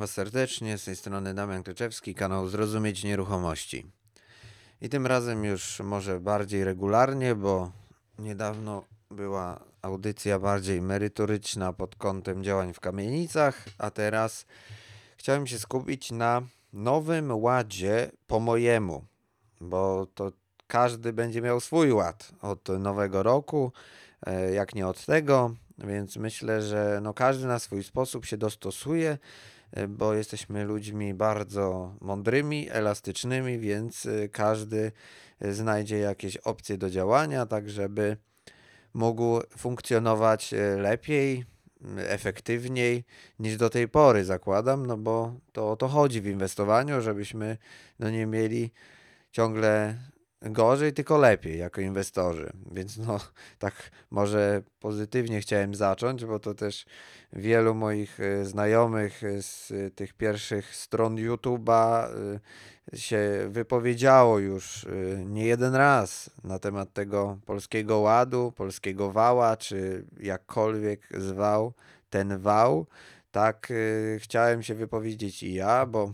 Was serdecznie, z tej strony Damian Kleczewski, kanał Zrozumieć Nieruchomości. I tym razem już może bardziej regularnie, bo niedawno była audycja bardziej merytoryczna pod kątem działań w kamienicach, a teraz chciałem się skupić na nowym ładzie po mojemu, bo to każdy będzie miał swój ład od nowego roku, jak nie od tego, więc myślę, że każdy na swój sposób się dostosuje, bo jesteśmy ludźmi bardzo mądrymi, elastycznymi, więc każdy znajdzie jakieś opcje do działania, tak żeby mógł funkcjonować lepiej, efektywniej niż do tej pory, zakładam, bo to o to chodzi w inwestowaniu, żebyśmy nie mieli ciągle gorzej, tylko lepiej jako inwestorzy. Więc tak może pozytywnie chciałem zacząć, bo to też wielu moich znajomych z tych pierwszych stron YouTube'a się wypowiedziało już nie jeden raz na temat tego Polskiego Ładu, Polskiego Wała, czy jakkolwiek zwał ten wał. Tak chciałem się wypowiedzieć i ja, bo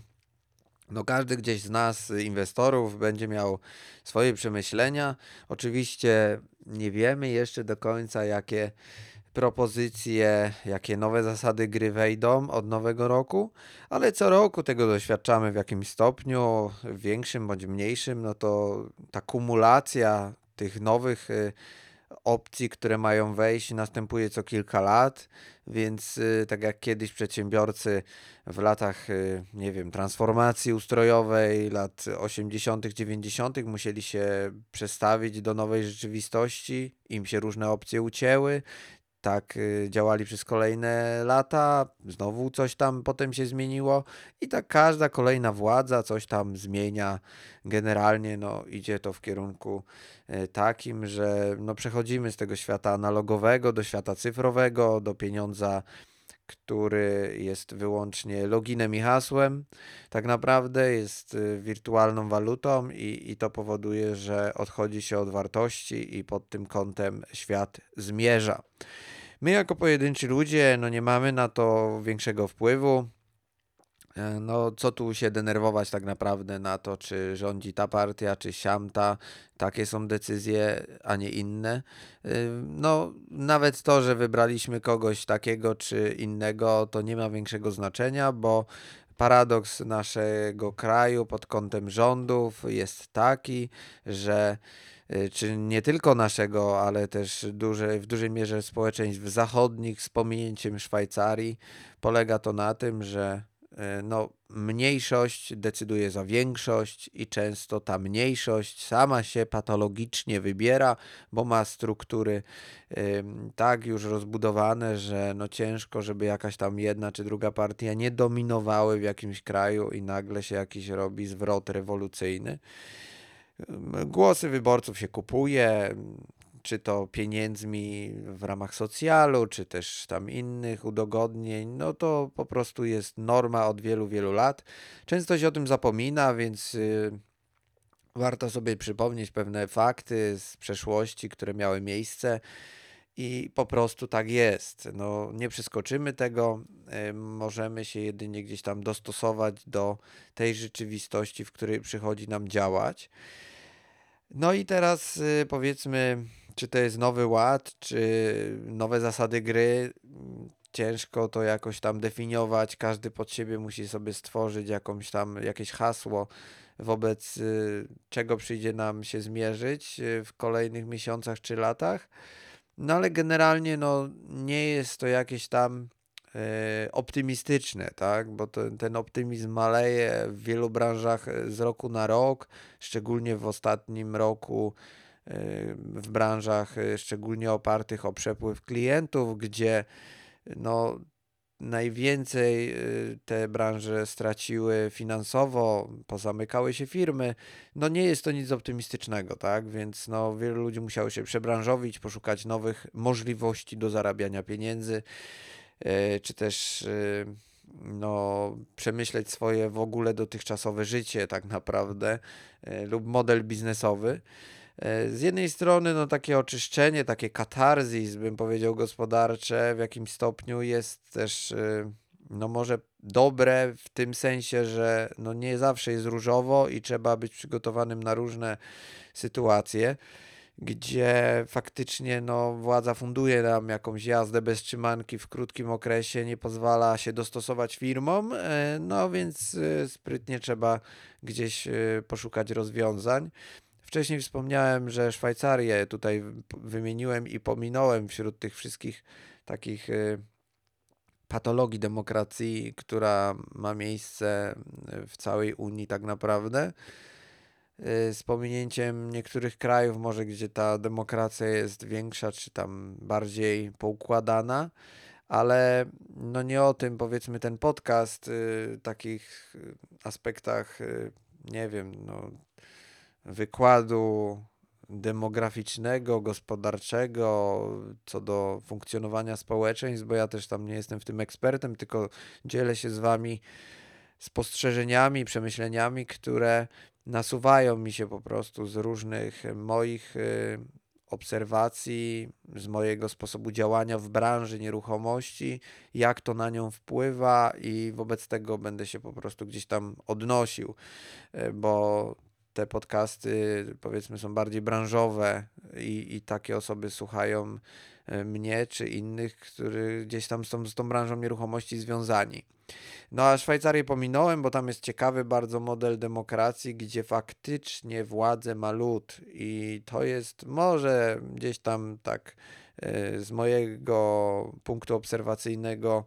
każdy gdzieś z nas, inwestorów, będzie miał swoje przemyślenia. Oczywiście nie wiemy jeszcze do końca, jakie propozycje, jakie nowe zasady gry wejdą od nowego roku, ale co roku tego doświadczamy w jakimś stopniu, większym bądź mniejszym. To ta kumulacja tych nowych opcji, które mają wejść, następuje co kilka lat, więc tak jak kiedyś przedsiębiorcy w latach, nie wiem, transformacji ustrojowej, lat 80., 90. musieli się przestawić do nowej rzeczywistości, im się różne opcje ucięły. Tak działali przez kolejne lata, znowu coś tam potem się zmieniło i tak każda kolejna władza coś tam zmienia. Generalnie idzie to w kierunku takim, że przechodzimy z tego świata analogowego do świata cyfrowego, do pieniądza, który jest wyłącznie loginem i hasłem. Tak naprawdę jest wirtualną walutą i to powoduje, że odchodzi się od wartości i pod tym kątem świat zmierza. My jako pojedynczy ludzie nie mamy na to większego wpływu. Co tu się denerwować tak naprawdę na to, czy rządzi ta partia, czy siamta. Takie są decyzje, a nie inne. Nawet to, że wybraliśmy kogoś takiego czy innego, to nie ma większego znaczenia, bo paradoks naszego kraju pod kątem rządów jest taki, że czy nie tylko naszego, ale też w dużej mierze społeczeństw zachodnich z pominięciem Szwajcarii, polega to na tym, że mniejszość decyduje za większość i często ta mniejszość sama się patologicznie wybiera, bo ma struktury tak już rozbudowane, że ciężko, żeby jakaś tam jedna czy druga partia nie dominowały w jakimś kraju i nagle się jakiś robi zwrot rewolucyjny. Głosy wyborców się kupuje, czy to pieniędzmi w ramach socjalu, czy też tam innych udogodnień, to po prostu jest norma od wielu, wielu lat. Często się o tym zapomina, więc warto sobie przypomnieć pewne fakty z przeszłości, które miały miejsce i po prostu tak jest. Nie przeskoczymy tego, możemy się jedynie gdzieś tam dostosować do tej rzeczywistości, w której przychodzi nam działać. I teraz powiedzmy, czy to jest nowy ład, czy nowe zasady gry. Ciężko to jakoś tam definiować. Każdy pod siebie musi sobie stworzyć jakieś hasło, wobec czego przyjdzie nam się zmierzyć w kolejnych miesiącach czy latach. Ale generalnie nie jest to jakieś tam optymistyczne, tak? Bo ten optymizm maleje w wielu branżach z roku na rok, szczególnie w ostatnim roku w branżach szczególnie opartych o przepływ klientów, gdzie najwięcej te branże straciły finansowo, pozamykały się firmy. Nie jest to nic optymistycznego, tak? Więc wielu ludzi musiało się przebranżowić, poszukać nowych możliwości do zarabiania pieniędzy, czy też przemyśleć swoje w ogóle dotychczasowe życie tak naprawdę lub model biznesowy. Z jednej strony takie oczyszczenie, takie katarzis, bym powiedział, gospodarcze w jakimś stopniu jest też może dobre w tym sensie, że no nie zawsze jest różowo i trzeba być przygotowanym na różne sytuacje, gdzie faktycznie no, władza funduje nam jakąś jazdę bez trzymanki w krótkim okresie, nie pozwala się dostosować firmom, no więc sprytnie trzeba gdzieś poszukać rozwiązań. Wcześniej wspomniałem, że Szwajcarię tutaj wymieniłem i pominąłem wśród tych wszystkich takich patologii demokracji, która ma miejsce w całej Unii tak naprawdę. Z pominięciem niektórych krajów, może gdzie ta demokracja jest większa, czy tam bardziej poukładana, ale no nie o tym powiedzmy ten podcast, takich aspektach, nie wiem, no, wykładu demograficznego, gospodarczego, co do funkcjonowania społeczeństw, bo ja też tam nie jestem w tym ekspertem, tylko dzielę się z wami spostrzeżeniami, przemyśleniami, które nasuwają mi się po prostu z różnych moich obserwacji, z mojego sposobu działania w branży nieruchomości, jak to na nią wpływa i wobec tego będę się po prostu gdzieś tam odnosił, bo te podcasty powiedzmy są bardziej branżowe i takie osoby słuchają mnie czy innych, którzy gdzieś tam są z tą branżą nieruchomości związani. No a Szwajcarię pominąłem, bo tam jest ciekawy bardzo model demokracji, gdzie faktycznie władzę ma lud i to jest może gdzieś tam tak z mojego punktu obserwacyjnego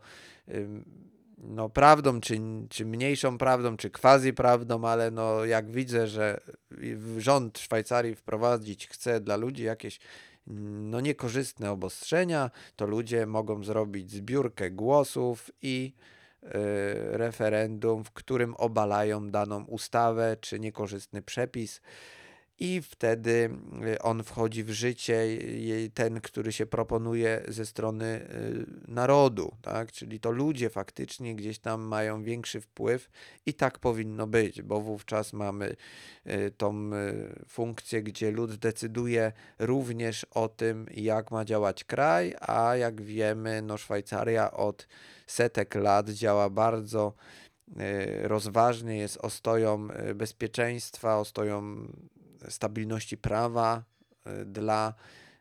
no prawdą, czy mniejszą prawdą, czy quasi prawdą, ale no jak widzę, że rząd Szwajcarii wprowadzić chce dla ludzi jakieś no niekorzystne obostrzenia, to ludzie mogą zrobić zbiórkę głosów i referendum, w którym obalają daną ustawę czy niekorzystny przepis i wtedy on wchodzi w życie, ten, który się proponuje ze strony narodu, tak? Czyli to ludzie faktycznie gdzieś tam mają większy wpływ i tak powinno być, bo wówczas mamy tą funkcję, gdzie lud decyduje również o tym, jak ma działać kraj, a jak wiemy, no Szwajcaria od setek lat działa bardzo rozważnie, jest ostoją bezpieczeństwa, ostoją stabilności prawa dla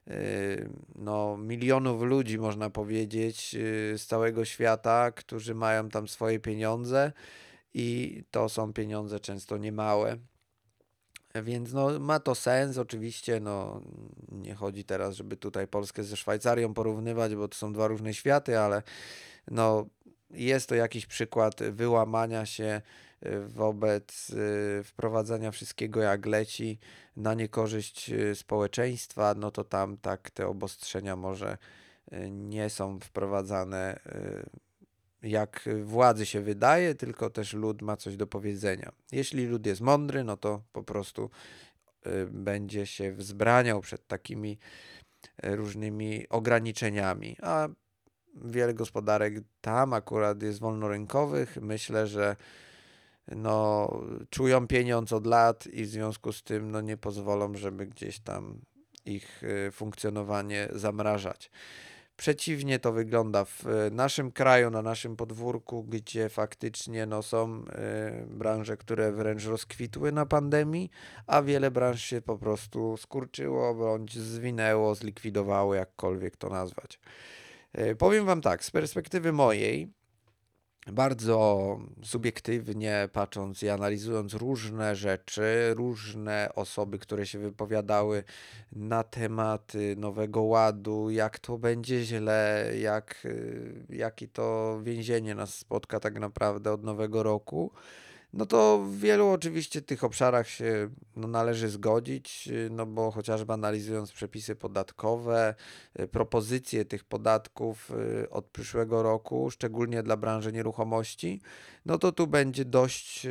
no, milionów ludzi, można powiedzieć, z całego świata, którzy mają tam swoje pieniądze i to są pieniądze często niemałe. Więc no, ma to sens, oczywiście, no, nie chodzi teraz, żeby tutaj Polskę ze Szwajcarią porównywać, bo to są dwa różne światy, ale no, jest to jakiś przykład wyłamania się wobec wprowadzania wszystkiego jak leci na niekorzyść społeczeństwa, no to tam tak te obostrzenia może nie są wprowadzane jak władzy się wydaje, tylko też lud ma coś do powiedzenia. Jeśli lud jest mądry, no to po prostu będzie się wzbraniał przed takimi różnymi ograniczeniami, a wiele gospodarek tam akurat jest wolnorynkowych. Myślę, że no, czują pieniądz od lat i w związku z tym no, nie pozwolą, żeby gdzieś tam ich funkcjonowanie zamrażać. Przeciwnie to wygląda w naszym kraju, na naszym podwórku, gdzie faktycznie no, są branże, które wręcz rozkwitły na pandemii, a wiele branż się po prostu skurczyło, bądź zwinęło, zlikwidowało, jakkolwiek to nazwać. Powiem wam tak, z perspektywy mojej, bardzo subiektywnie patrząc i analizując różne rzeczy, różne osoby, które się wypowiadały na temat Nowego Ładu, jak to będzie źle, jakie to więzienie nas spotka tak naprawdę od Nowego Roku, no to w wielu oczywiście tych obszarach się no, należy zgodzić, no bo chociażby analizując przepisy podatkowe, propozycje tych podatków od przyszłego roku, szczególnie dla branży nieruchomości, no to tu będzie dość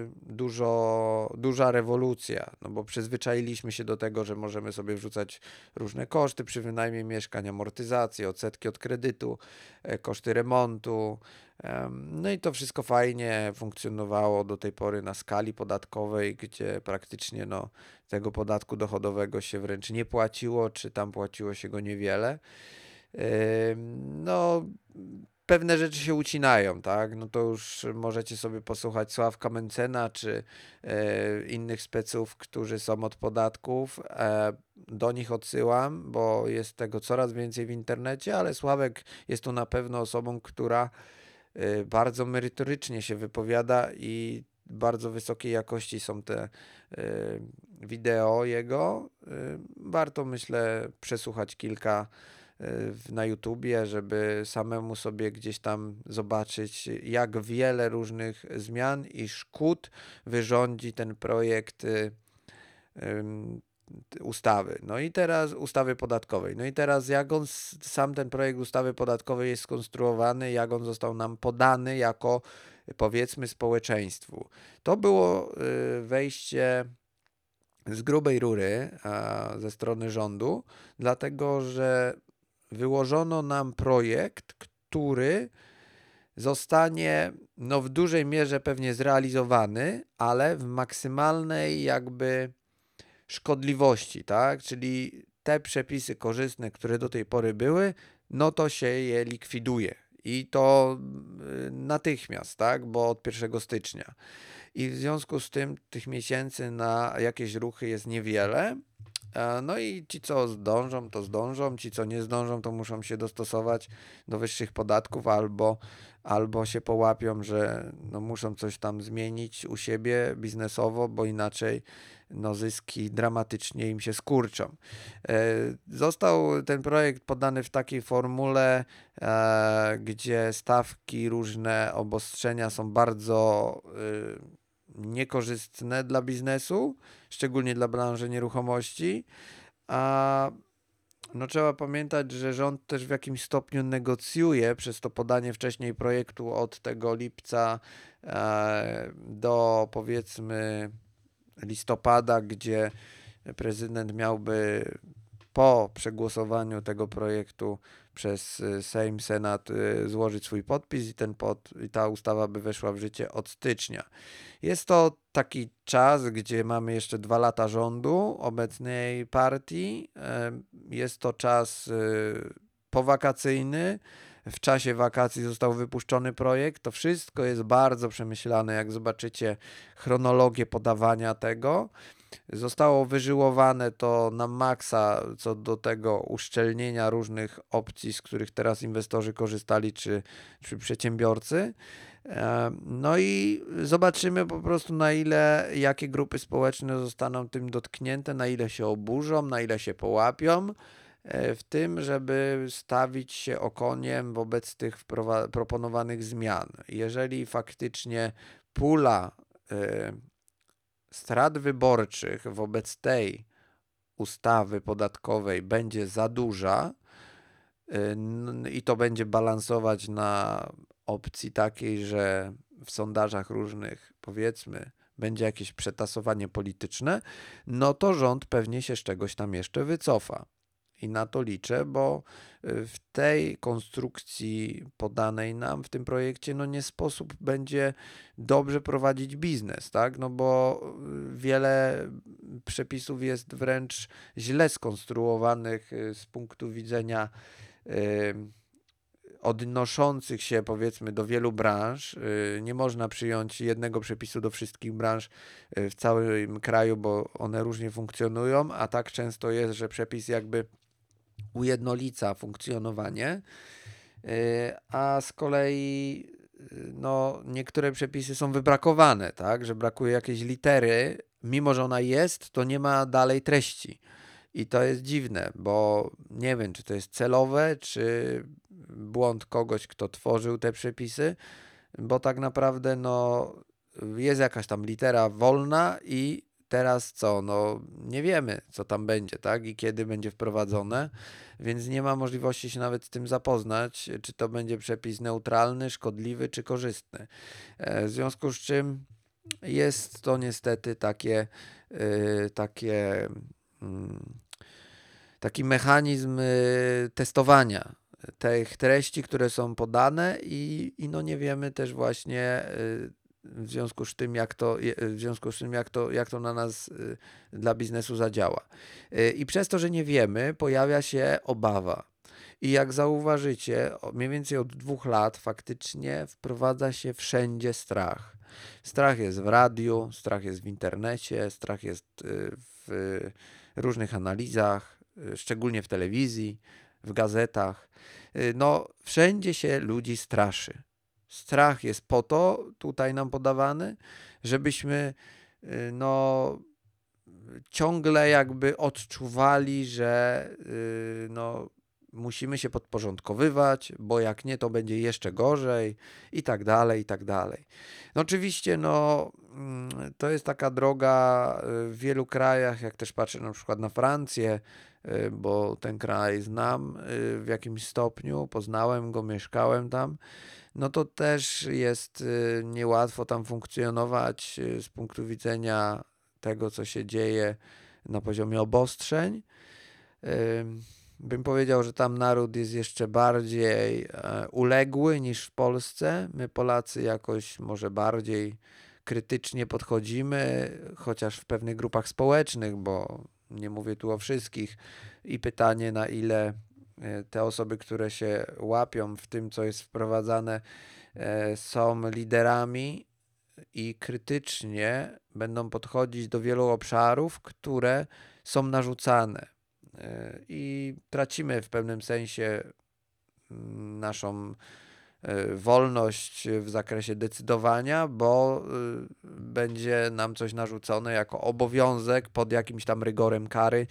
duża rewolucja, no bo przyzwyczailiśmy się do tego, że możemy sobie wrzucać różne koszty przy wynajmie mieszkań, amortyzację, odsetki od kredytu, koszty remontu. No i to wszystko fajnie funkcjonowało do tej pory na skali podatkowej, gdzie praktycznie no, tego podatku dochodowego się wręcz nie płaciło, czy tam płaciło się go niewiele. No, pewne rzeczy się ucinają, tak? No to już możecie sobie posłuchać Sławka Mencena czy innych speców, którzy są od podatków. Do nich odsyłam, bo jest tego coraz więcej w internecie, ale Sławek jest tu na pewno osobą, która bardzo merytorycznie się wypowiada i bardzo wysokiej jakości są te wideo jego. Warto, myślę, przesłuchać kilka na YouTubie, żeby samemu sobie gdzieś tam zobaczyć, jak wiele różnych zmian i szkód wyrządzi ten projekt ustawy. No i teraz ustawy podatkowej. No i teraz jak on sam ten projekt ustawy podatkowej jest skonstruowany, jak on został nam podany jako, powiedzmy, społeczeństwu. To było wejście z grubej rury ze strony rządu, dlatego że wyłożono nam projekt, który zostanie w dużej mierze pewnie zrealizowany, ale w maksymalnej jakby szkodliwości, tak? Czyli te przepisy korzystne, które do tej pory były, no to się je likwiduje. I to natychmiast, tak? Bo od 1 stycznia. I w związku z tym tych miesięcy na jakieś ruchy jest niewiele. No i ci, co zdążą, to zdążą, ci, co nie zdążą, to muszą się dostosować do wyższych podatków albo się połapią, że muszą coś tam zmienić u siebie biznesowo, bo inaczej zyski dramatycznie im się skurczą. Został ten projekt podany w takiej formule, gdzie stawki, różne obostrzenia są bardzo niekorzystne dla biznesu, szczególnie dla branży nieruchomości, a trzeba pamiętać, że rząd też w jakimś stopniu negocjuje przez to podanie wcześniej projektu od tego lipca do, powiedzmy, listopada, gdzie prezydent miałby po przegłosowaniu tego projektu przez Sejm, Senat złożyć swój podpis i ta ustawa by weszła w życie od stycznia. Jest to taki czas, gdzie mamy jeszcze 2 lata rządu obecnej partii. Jest to czas powakacyjny. W czasie wakacji został wypuszczony projekt. To wszystko jest bardzo przemyślane, jak zobaczycie chronologię podawania tego. Zostało wyżyłowane to na maksa co do tego uszczelnienia różnych opcji, z których teraz inwestorzy korzystali, czy przedsiębiorcy. No i zobaczymy po prostu, na ile, jakie grupy społeczne zostaną tym dotknięte, na ile się oburzą, na ile się połapią w tym, żeby stawić się okoniem wobec tych proponowanych zmian. Jeżeli faktycznie pula strat wyborczych wobec tej ustawy podatkowej będzie za duża i to będzie balansować na opcji takiej, że w sondażach różnych, powiedzmy, będzie jakieś przetasowanie polityczne, no to rząd pewnie się z czegoś tam jeszcze wycofa. I na to liczę, bo w tej konstrukcji podanej nam w tym projekcie nie sposób będzie dobrze prowadzić biznes, tak? Bo wiele przepisów jest wręcz źle skonstruowanych z punktu widzenia odnoszących się, powiedzmy, do wielu branż. Nie można przyjąć jednego przepisu do wszystkich branż w całym kraju, bo one różnie funkcjonują, a tak często jest, że przepis jakby ujednolica funkcjonowanie, a z kolei niektóre przepisy są wybrakowane, tak, że brakuje jakiejś litery, mimo że ona jest, to nie ma dalej treści. I to jest dziwne, bo nie wiem, czy to jest celowe, czy błąd kogoś, kto tworzył te przepisy, bo tak naprawdę jest jakaś tam litera wolna i teraz co? Nie wiemy, co tam będzie, tak? I kiedy będzie wprowadzone, więc nie ma możliwości się nawet z tym zapoznać, czy to będzie przepis neutralny, szkodliwy, czy korzystny. W związku z czym jest to niestety taki mechanizm testowania tych treści, które są podane i nie wiemy też właśnie w związku z tym, jak to na nas dla biznesu zadziała. I przez to, że nie wiemy, pojawia się obawa. I jak zauważycie, mniej więcej od 2 lat faktycznie wprowadza się wszędzie strach. Strach jest w radiu, strach jest w internecie, strach jest w różnych analizach, szczególnie w telewizji, w gazetach. No, wszędzie się ludzi straszy. Strach jest po to tutaj nam podawany, żebyśmy no, ciągle jakby odczuwali, że no, musimy się podporządkowywać, bo jak nie, to będzie jeszcze gorzej i tak dalej, i tak dalej. No oczywiście, no, to jest taka droga w wielu krajach, jak też patrzę na przykład na Francję, bo ten kraj znam w jakimś stopniu, poznałem go, mieszkałem tam, no to też jest niełatwo tam funkcjonować z punktu widzenia tego, co się dzieje na poziomie obostrzeń. Bym powiedział, że tam naród jest jeszcze bardziej uległy niż w Polsce. My Polacy jakoś może bardziej krytycznie podchodzimy, chociaż w pewnych grupach społecznych, bo nie mówię tu o wszystkich. I pytanie, na ile te osoby, które się łapią w tym, co jest wprowadzane, są liderami i krytycznie będą podchodzić do wielu obszarów, które są narzucane. I tracimy w pewnym sensie naszą wolność w zakresie decydowania, bo będzie nam coś narzucone jako obowiązek pod jakimś tam rygorem kary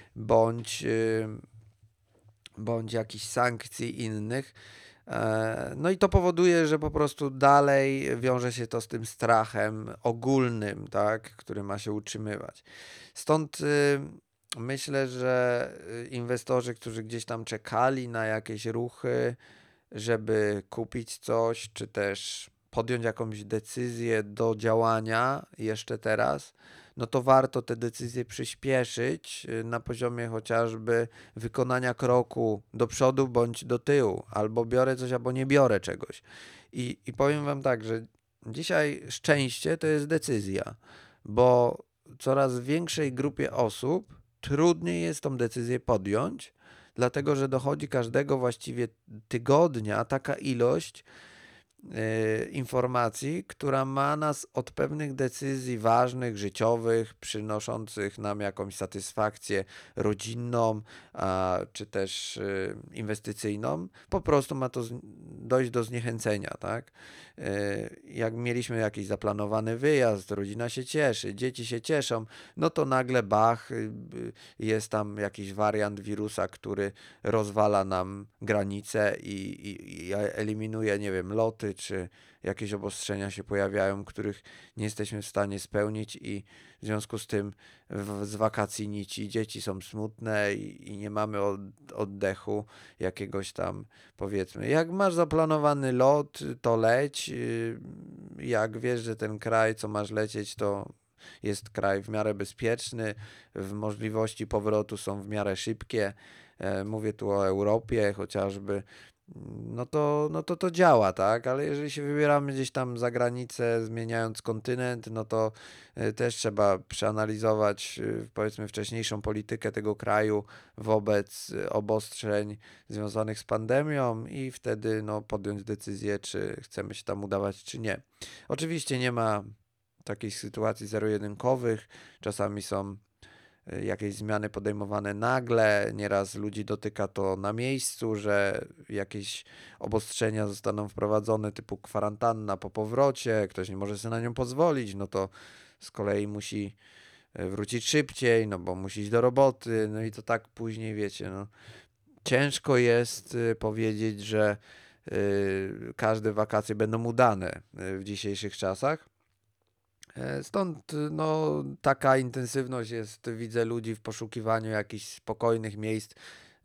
bądź jakichś sankcji innych. No i to powoduje, że po prostu dalej wiąże się to z tym strachem ogólnym, tak, który ma się utrzymywać. Stąd myślę, że inwestorzy, którzy gdzieś tam czekali na jakieś ruchy, żeby kupić coś, czy też podjąć jakąś decyzję do działania jeszcze teraz, no to warto te decyzje przyspieszyć na poziomie chociażby wykonania kroku do przodu bądź do tyłu, albo biorę coś, albo nie biorę czegoś. I powiem wam tak, że dzisiaj szczęście to jest decyzja, bo coraz większej grupie osób trudniej jest tą decyzję podjąć, dlatego że dochodzi każdego właściwie tygodnia taka ilość informacji, która ma nas od pewnych decyzji ważnych, życiowych, przynoszących nam jakąś satysfakcję rodzinną, czy też inwestycyjną, po prostu ma to dojść do zniechęcenia, tak? Jak mieliśmy jakiś zaplanowany wyjazd, rodzina się cieszy, dzieci się cieszą, no to nagle bach, jest tam jakiś wariant wirusa, który rozwala nam granice i eliminuje, nie wiem, loty, czy jakieś obostrzenia się pojawiają, których nie jesteśmy w stanie spełnić i w związku z tym z wakacji nici dzieci są smutne i nie mamy oddechu jakiegoś tam, powiedzmy. Jak masz zaplanowany lot, to leć. Jak wiesz, że ten kraj, co masz lecieć, to jest kraj w miarę bezpieczny, możliwości powrotu są w miarę szybkie. Mówię tu o Europie chociażby, no to działa, tak? Ale jeżeli się wybieramy gdzieś tam za granicę, zmieniając kontynent, no to też trzeba przeanalizować, powiedzmy, wcześniejszą politykę tego kraju wobec obostrzeń związanych z pandemią i wtedy no, podjąć decyzję, czy chcemy się tam udawać, czy nie. Oczywiście nie ma takich sytuacji zero-jedynkowych, czasami są jakieś zmiany podejmowane nagle, nieraz ludzi dotyka to na miejscu, że jakieś obostrzenia zostaną wprowadzone typu kwarantanna po powrocie, ktoś nie może sobie na nią pozwolić, no to z kolei musi wrócić szybciej, no bo musi iść do roboty, no i to tak później, wiecie, no. Ciężko jest powiedzieć, że każde wakacje będą udane w dzisiejszych czasach. Stąd no, taka intensywność jest, widzę, ludzi w poszukiwaniu jakichś spokojnych miejsc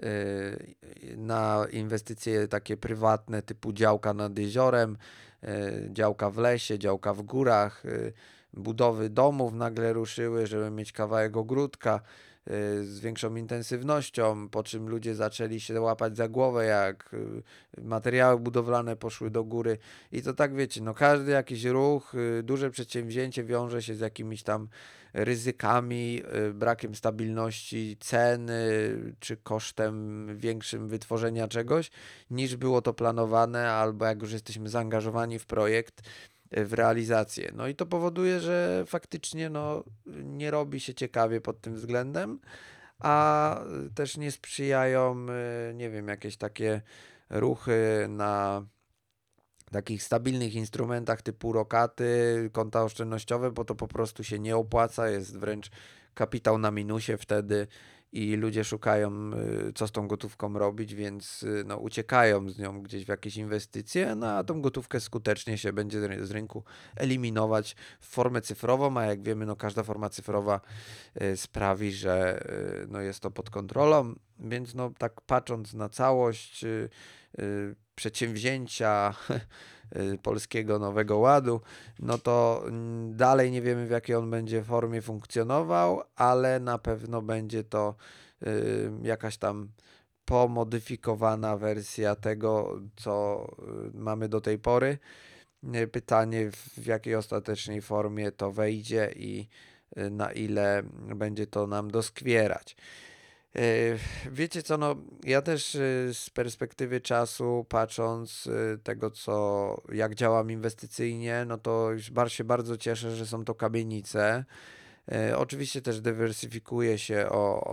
na inwestycje takie prywatne typu działka nad jeziorem, działka w lesie, działka w górach, budowy domów nagle ruszyły, żeby mieć kawałek ogródka. z większą intensywnością, po czym ludzie zaczęli się łapać za głowę, jak materiały budowlane poszły do góry i to tak wiecie, no każdy jakiś ruch, duże przedsięwzięcie wiąże się z jakimiś tam ryzykami, brakiem stabilności ceny, czy kosztem większym wytworzenia czegoś, niż było to planowane, albo jak już jesteśmy zaangażowani w projekt, w realizację. No i to powoduje, że faktycznie no, nie robi się ciekawie pod tym względem, a też nie sprzyjają, nie wiem, jakieś takie ruchy na takich stabilnych instrumentach typu rokaty, konta oszczędnościowe, bo to po prostu się nie opłaca, jest wręcz kapitał na minusie wtedy i ludzie szukają, co z tą gotówką robić, więc no, uciekają z nią gdzieś w jakieś inwestycje, no a tą gotówkę skutecznie się będzie z rynku eliminować w formę cyfrową, a jak wiemy, no każda forma cyfrowa sprawi, że no, jest to pod kontrolą, więc no tak patrząc na całość przedsięwzięcia Polskiego Nowego Ładu, no to dalej nie wiemy, w jakiej on będzie formie funkcjonował, ale na pewno będzie to jakaś tam pomodyfikowana wersja tego, co mamy do tej pory. Pytanie, w jakiej ostatecznej formie to wejdzie i na ile będzie to nam doskwierać. Wiecie co, no ja też z perspektywy czasu, patrząc tego, jak działam inwestycyjnie, no to już się bardzo cieszę, że są to kamienice. Oczywiście też dywersyfikuję się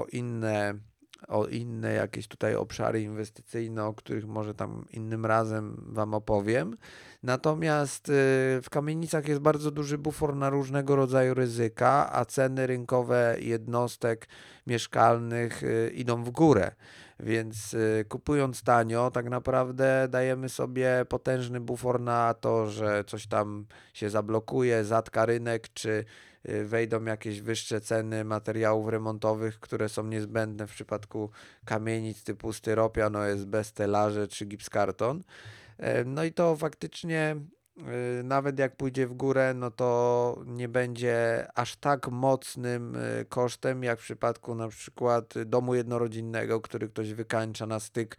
o inne jakieś tutaj obszary inwestycyjne, o których może tam innym razem Wam opowiem. Natomiast w kamienicach jest bardzo duży bufor na różnego rodzaju ryzyka, a ceny rynkowe jednostek mieszkalnych idą w górę. Więc kupując tanio, tak naprawdę dajemy sobie potężny bufor na to, że coś tam się zablokuje, zatka rynek, czy wejdą jakieś wyższe ceny materiałów remontowych, które są niezbędne w przypadku kamienic typu styropian, OSB, stelaże czy gipskarton. No i to faktycznie nawet jak pójdzie w górę, no to nie będzie aż tak mocnym kosztem, jak w przypadku na przykład domu jednorodzinnego, który ktoś wykańcza na styk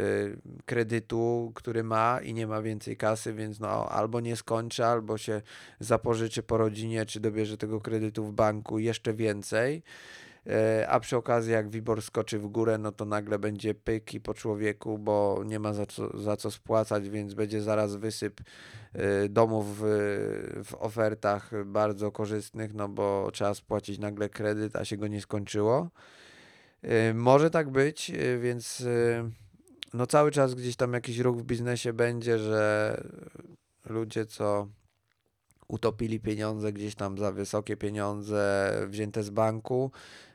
kredytu, który ma i nie ma więcej kasy, więc no albo nie skończy, albo się zapożyczy po rodzinie, czy dobierze tego kredytu w banku jeszcze więcej. A przy okazji jak WIBOR skoczy w górę, no to nagle będzie pyki po człowieku, bo nie ma za co spłacać, więc będzie zaraz wysyp domów w ofertach bardzo korzystnych, no bo trzeba spłacić nagle kredyt, a się go nie skończyło. Może tak być, więc no cały czas gdzieś tam jakiś ruch w biznesie będzie, że ludzie, co utopili pieniądze gdzieś tam za wysokie pieniądze wzięte z banku,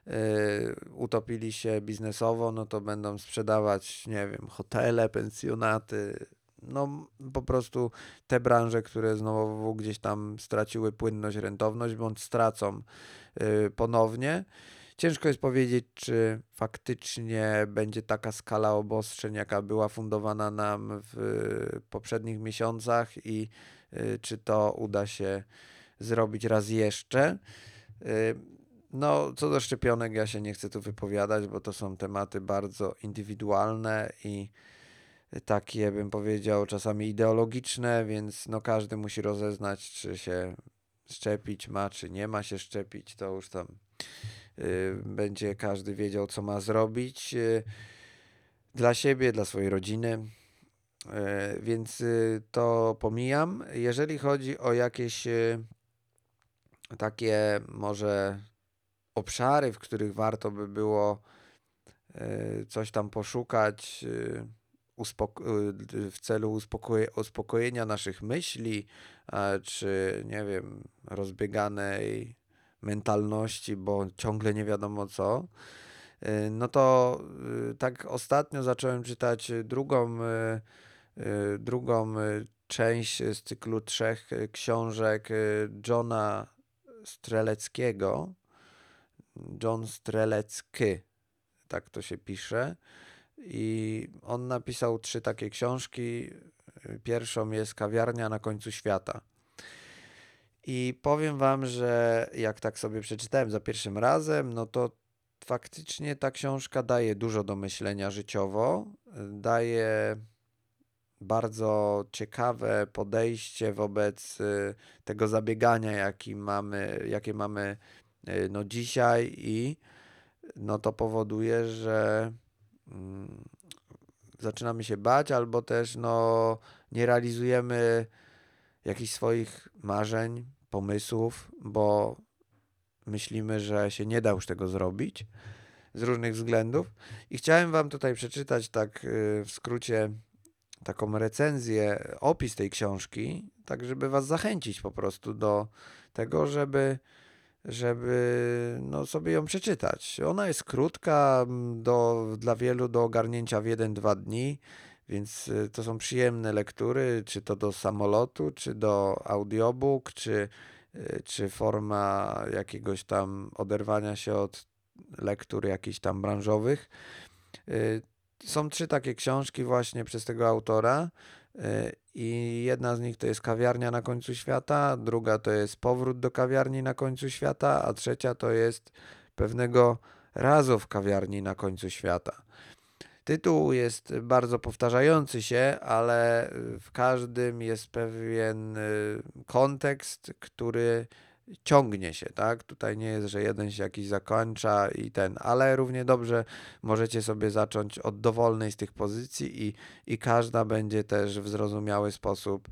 utopili się biznesowo, no to będą sprzedawać, nie wiem, hotele, pensjonaty, no po prostu te branże, które znowu gdzieś tam straciły płynność, rentowność, bądź stracą ponownie. Ciężko jest powiedzieć, czy faktycznie będzie taka skala obostrzeń, jaka była fundowana nam w poprzednich miesiącach i czy to uda się zrobić raz jeszcze. No, co do szczepionek, ja się nie chcę tu wypowiadać, bo to są tematy bardzo indywidualne i takie, bym powiedział, czasami ideologiczne, więc no każdy musi rozeznać, czy się szczepić ma, czy nie ma się szczepić. To już tam będzie każdy wiedział, co ma zrobić dla siebie, dla swojej rodziny. Więc to pomijam. Jeżeli chodzi o jakieś takie może obszary, w których warto by było coś tam poszukać w celu uspokojenia naszych myśli, czy nie wiem, rozbieganej mentalności, bo ciągle nie wiadomo co, no to tak ostatnio zacząłem czytać drugą część z cyklu 3 książek Johna Streleckiego. John Strelecki, tak to się pisze. I on napisał 3 takie książki. Pierwszą jest Kawiarnia na końcu świata. I powiem wam, że jak tak sobie przeczytałem za pierwszym razem, no to faktycznie ta książka daje dużo do myślenia życiowo, daje bardzo ciekawe podejście wobec tego zabiegania, jakie mamy no dzisiaj i no to powoduje, że zaczynamy się bać albo też no nie realizujemy jakichś swoich marzeń, pomysłów, bo myślimy, że się nie da już tego zrobić z różnych względów. I chciałem wam tutaj przeczytać tak w skrócie taką recenzję, opis tej książki, tak żeby was zachęcić po prostu do tego, żeby no sobie ją przeczytać. Ona jest krótka, dla wielu do ogarnięcia w 1-2 dni, więc to są przyjemne lektury, czy to do samolotu, czy do audiobook, czy forma jakiegoś tam oderwania się od lektur jakichś tam branżowych. Są 3 takie książki właśnie przez tego autora i jedna z nich to jest Kawiarnia na końcu świata, druga to jest Powrót do kawiarni na końcu świata, a trzecia to jest Pewnego razu w kawiarni na końcu świata. Tytuł jest bardzo powtarzający się, ale w każdym jest pewien kontekst, który ciągnie się, tak? Tutaj nie jest, że jeden się jakiś zakończa ale równie dobrze możecie sobie zacząć od dowolnej z tych pozycji i każda będzie też w zrozumiały sposób,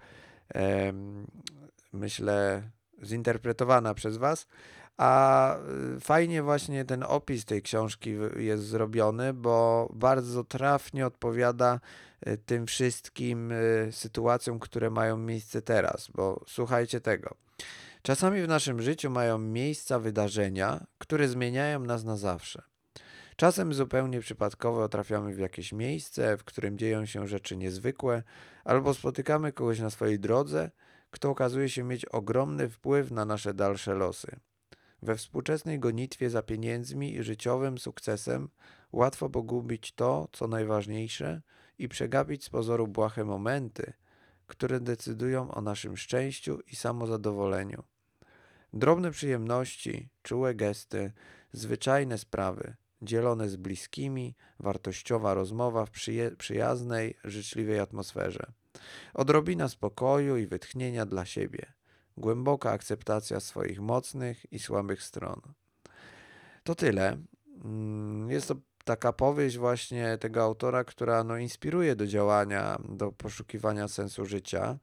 myślę, zinterpretowana przez was. A fajnie właśnie ten opis tej książki jest zrobiony, bo bardzo trafnie odpowiada tym wszystkim sytuacjom, które mają miejsce teraz, bo słuchajcie tego. Czasami w naszym życiu mają miejsca wydarzenia, które zmieniają nas na zawsze. Czasem zupełnie przypadkowo trafiamy w jakieś miejsce, w którym dzieją się rzeczy niezwykłe, albo spotykamy kogoś na swojej drodze, kto okazuje się mieć ogromny wpływ na nasze dalsze losy. We współczesnej gonitwie za pieniędzmi i życiowym sukcesem łatwo pogubić to, co najważniejsze i przegapić z pozoru błahe momenty, które decydują o naszym szczęściu i samozadowoleniu. Drobne przyjemności, czułe gesty, zwyczajne sprawy, dzielone z bliskimi, wartościowa rozmowa w przyjaznej, życzliwej atmosferze. Odrobina spokoju i wytchnienia dla siebie. Głęboka akceptacja swoich mocnych i słabych stron. To tyle. Jest to taka powieść właśnie tego autora, która no, inspiruje do działania, do poszukiwania sensu życia.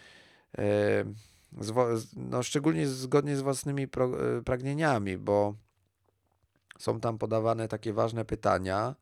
No, szczególnie zgodnie z własnymi pragnieniami, bo są tam podawane takie ważne pytania,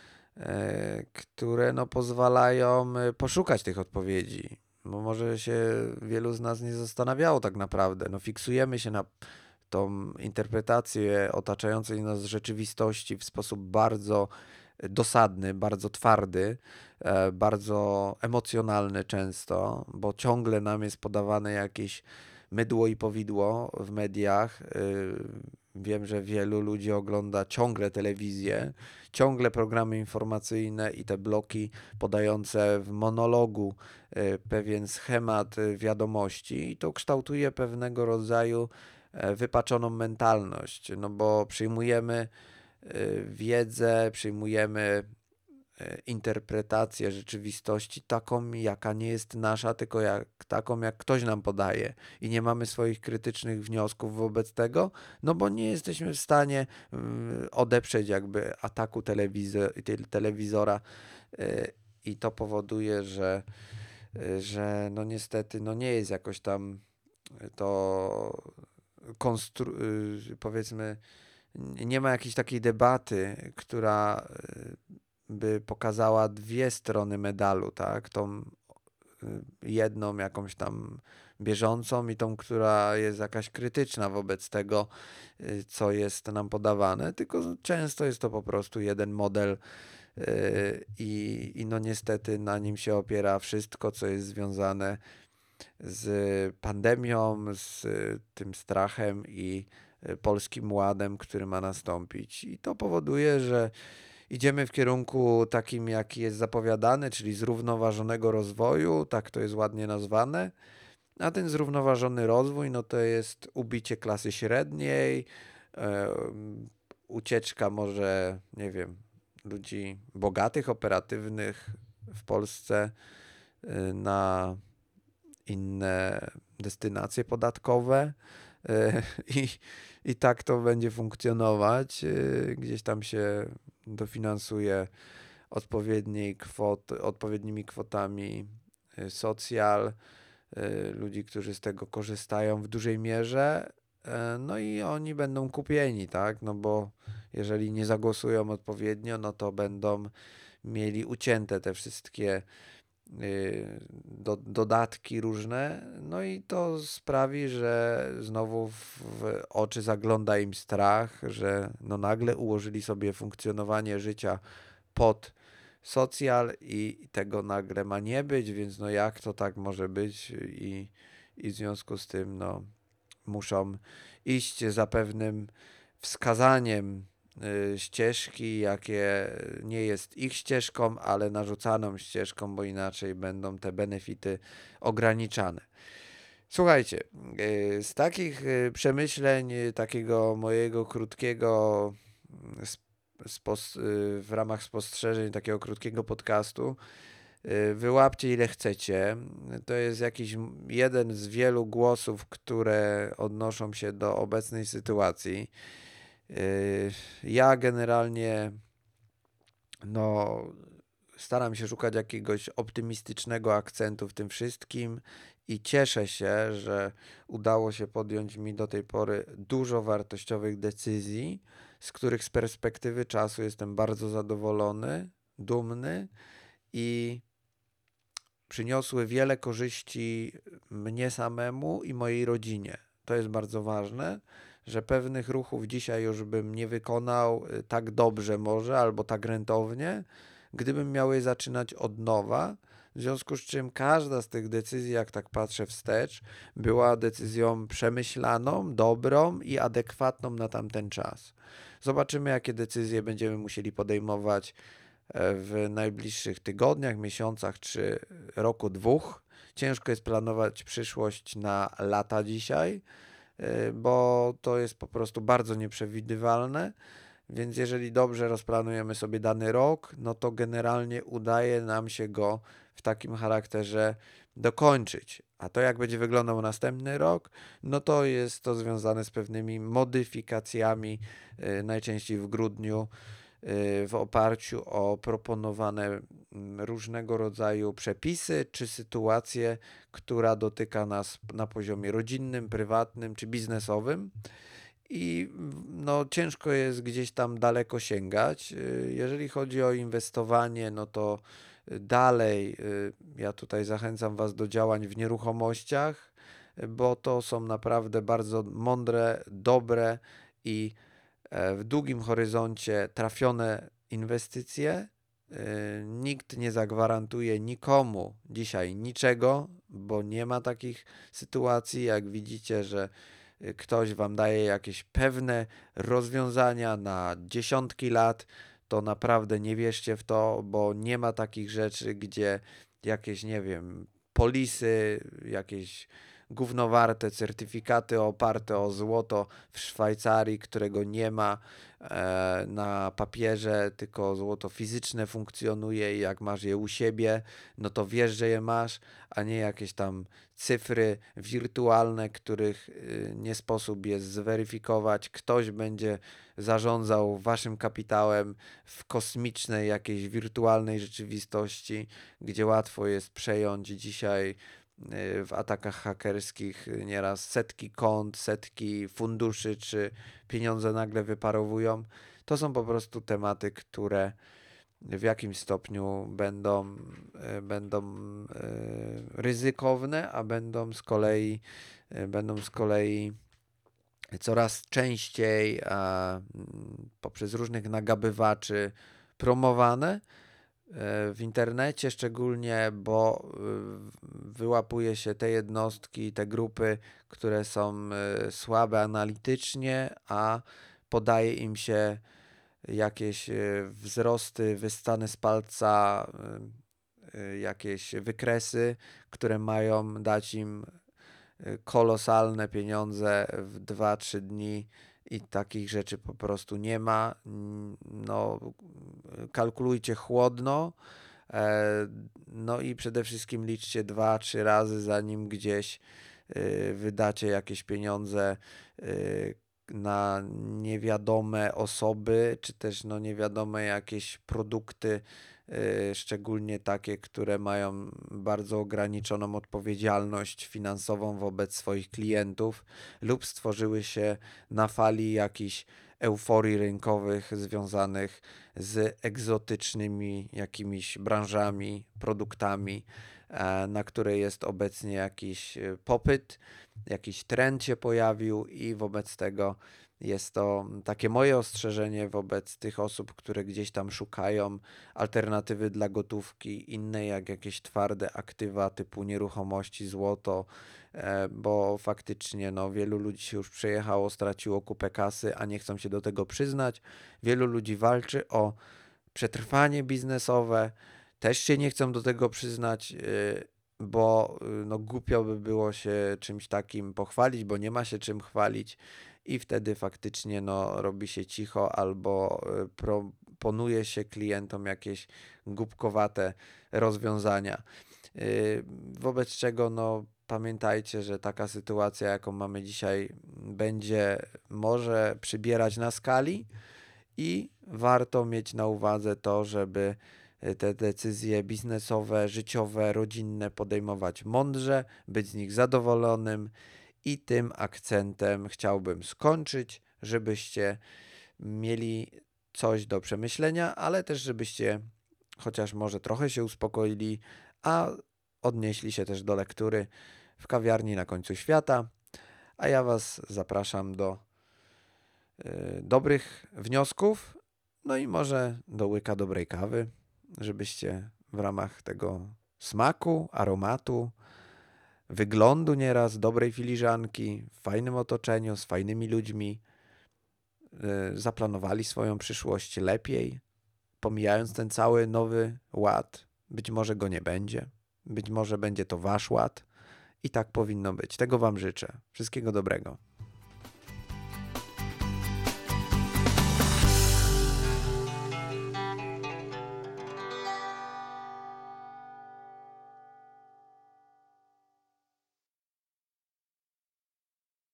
które no, pozwalają poszukać tych odpowiedzi. Bo może się wielu z nas nie zastanawiało tak naprawdę. No, fiksujemy się na tą interpretację otaczającej nas rzeczywistości w sposób bardzo dosadny, bardzo twardy, bardzo emocjonalny często, bo ciągle nam jest podawane jakieś mydło i powidło w mediach. Wiem, że wielu ludzi ogląda ciągle telewizję, ciągle programy informacyjne i te bloki podające w monologu pewien schemat wiadomości i to kształtuje pewnego rodzaju wypaczoną mentalność, no bo przyjmujemy wiedzę, przyjmujemy interpretację rzeczywistości taką, jaka nie jest nasza, tylko taką, jak ktoś nam podaje i nie mamy swoich krytycznych wniosków wobec tego, no bo nie jesteśmy w stanie odeprzeć jakby ataku telewizora i to powoduje, że no niestety no nie jest jakoś tam to powiedzmy nie ma jakiejś takiej debaty, która by pokazała dwie strony medalu, tak? Tą jedną jakąś tam bieżącą i tą, która jest jakaś krytyczna wobec tego, co jest nam podawane, tylko często jest to po prostu jeden model i no niestety na nim się opiera wszystko, co jest związane z pandemią, z tym strachem i Polskim Ładem, który ma nastąpić. I to powoduje, że idziemy w kierunku takim, jaki jest zapowiadany, czyli zrównoważonego rozwoju, tak to jest ładnie nazwane. A ten zrównoważony rozwój, no to jest ubicie klasy średniej, ucieczka może, nie wiem, ludzi bogatych, operatywnych w Polsce na inne destynacje podatkowe i, i tak to będzie funkcjonować. Gdzieś tam się dofinansuje odpowiednimi kwotami socjal, ludzi, którzy z tego korzystają w dużej mierze, no i oni będą kupieni, tak? No bo jeżeli nie zagłosują odpowiednio, no to będą mieli ucięte te wszystkie dodatki różne, no i to sprawi, że znowu w oczy zagląda im strach, że no nagle ułożyli sobie funkcjonowanie życia pod socjal i tego nagle ma nie być, więc no jak to tak może być i w związku z tym no muszą iść za pewnym wskazaniem ścieżki, jakie nie jest ich ścieżką, ale narzucaną ścieżką, bo inaczej będą te benefity ograniczane. Słuchajcie, z takich przemyśleń, takiego mojego krótkiego w ramach spostrzeżeń takiego krótkiego podcastu, wyłapcie ile chcecie. To jest jakiś jeden z wielu głosów, które odnoszą się do obecnej sytuacji. Ja generalnie no, staram się szukać jakiegoś optymistycznego akcentu w tym wszystkim i cieszę się, że udało się podjąć mi do tej pory dużo wartościowych decyzji, z których z perspektywy czasu jestem bardzo zadowolony, dumny i przyniosły wiele korzyści mnie samemu i mojej rodzinie. To jest bardzo ważne, że pewnych ruchów dzisiaj już bym nie wykonał tak dobrze może, albo tak rentownie, gdybym miał je zaczynać od nowa, w związku z czym każda z tych decyzji, jak tak patrzę wstecz, była decyzją przemyślaną, dobrą i adekwatną na tamten czas. Zobaczymy, jakie decyzje będziemy musieli podejmować w najbliższych tygodniach, miesiącach czy roku, dwóch. Ciężko jest planować przyszłość na lata dzisiaj, bo to jest po prostu bardzo nieprzewidywalne, więc jeżeli dobrze rozplanujemy sobie dany rok, no to generalnie udaje nam się go w takim charakterze dokończyć. A to jak będzie wyglądał następny rok, no to jest to związane z pewnymi modyfikacjami, najczęściej w grudniu, w oparciu o proponowane różnego rodzaju przepisy czy sytuacje, która dotyka nas na poziomie rodzinnym, prywatnym czy biznesowym. I no, ciężko jest gdzieś tam daleko sięgać. Jeżeli chodzi o inwestowanie, no to dalej ja tutaj zachęcam Was do działań w nieruchomościach, bo to są naprawdę bardzo mądre, dobre i w długim horyzoncie trafione inwestycje. Nikt nie zagwarantuje nikomu dzisiaj niczego, bo nie ma takich sytuacji. Jak widzicie, że ktoś wam daje jakieś pewne rozwiązania na dziesiątki lat, to naprawdę nie wierzcie w to, bo nie ma takich rzeczy, gdzie jakieś, nie wiem, polisy, jakieś gównowarte certyfikaty oparte o złoto w Szwajcarii, którego nie ma na papierze, tylko złoto fizyczne funkcjonuje i jak masz je u siebie, no to wiesz, że je masz, a nie jakieś tam cyfry wirtualne, których nie sposób jest zweryfikować. Ktoś będzie zarządzał waszym kapitałem w kosmicznej jakiejś wirtualnej rzeczywistości, gdzie łatwo jest przejąć dzisiaj w atakach hakerskich nieraz setki kont, setki funduszy, czy pieniądze nagle wyparowują. To są po prostu tematy, które w jakimś stopniu będą ryzykowne, a będą z kolei coraz częściej poprzez różnych nagabywaczy promowane w internecie szczególnie, bo wyłapuje się te jednostki, te grupy, które są słabe analitycznie, a podaje im się jakieś wzrosty wystane z palca, jakieś wykresy, które mają dać im kolosalne pieniądze w 2-3 dni i takich rzeczy po prostu nie ma. No, kalkulujcie chłodno, no i przede wszystkim liczcie 2-3 razy, zanim gdzieś wydacie jakieś pieniądze na niewiadome osoby, czy też no niewiadome jakieś produkty, szczególnie takie, które mają bardzo ograniczoną odpowiedzialność finansową wobec swoich klientów lub stworzyły się na fali jakichś euforii rynkowych związanych z egzotycznymi jakimiś branżami, produktami, na które jest obecnie jakiś popyt, jakiś trend się pojawił i wobec tego jest to takie moje ostrzeżenie wobec tych osób, które gdzieś tam szukają alternatywy dla gotówki innej, jak jakieś twarde aktywa typu nieruchomości, złoto, bo faktycznie no, wielu ludzi się już przejechało, straciło kupę kasy, a nie chcą się do tego przyznać. Wielu ludzi walczy o przetrwanie biznesowe, też się nie chcą do tego przyznać, bo no, głupio by było się czymś takim pochwalić, bo nie ma się czym chwalić i wtedy faktycznie no, robi się cicho albo proponuje się klientom jakieś głupkowate rozwiązania. Wobec czego no, pamiętajcie, że taka sytuacja, jaką mamy dzisiaj, może przybierać na skali i warto mieć na uwadze to, żeby te decyzje biznesowe, życiowe, rodzinne podejmować mądrze, być z nich zadowolonym i tym akcentem chciałbym skończyć, żebyście mieli coś do przemyślenia, ale też żebyście chociaż może trochę się uspokoili, a odnieśli się też do lektury w kawiarni na końcu świata. A ja Was zapraszam do dobrych wniosków, no i może do łyka dobrej kawy, żebyście w ramach tego smaku, aromatu, wyglądu nieraz, dobrej filiżanki, w fajnym otoczeniu, z fajnymi ludźmi zaplanowali swoją przyszłość lepiej, pomijając ten cały nowy ład. Być może go nie będzie, być może będzie to wasz ład i tak powinno być. Tego Wam życzę. Wszystkiego dobrego.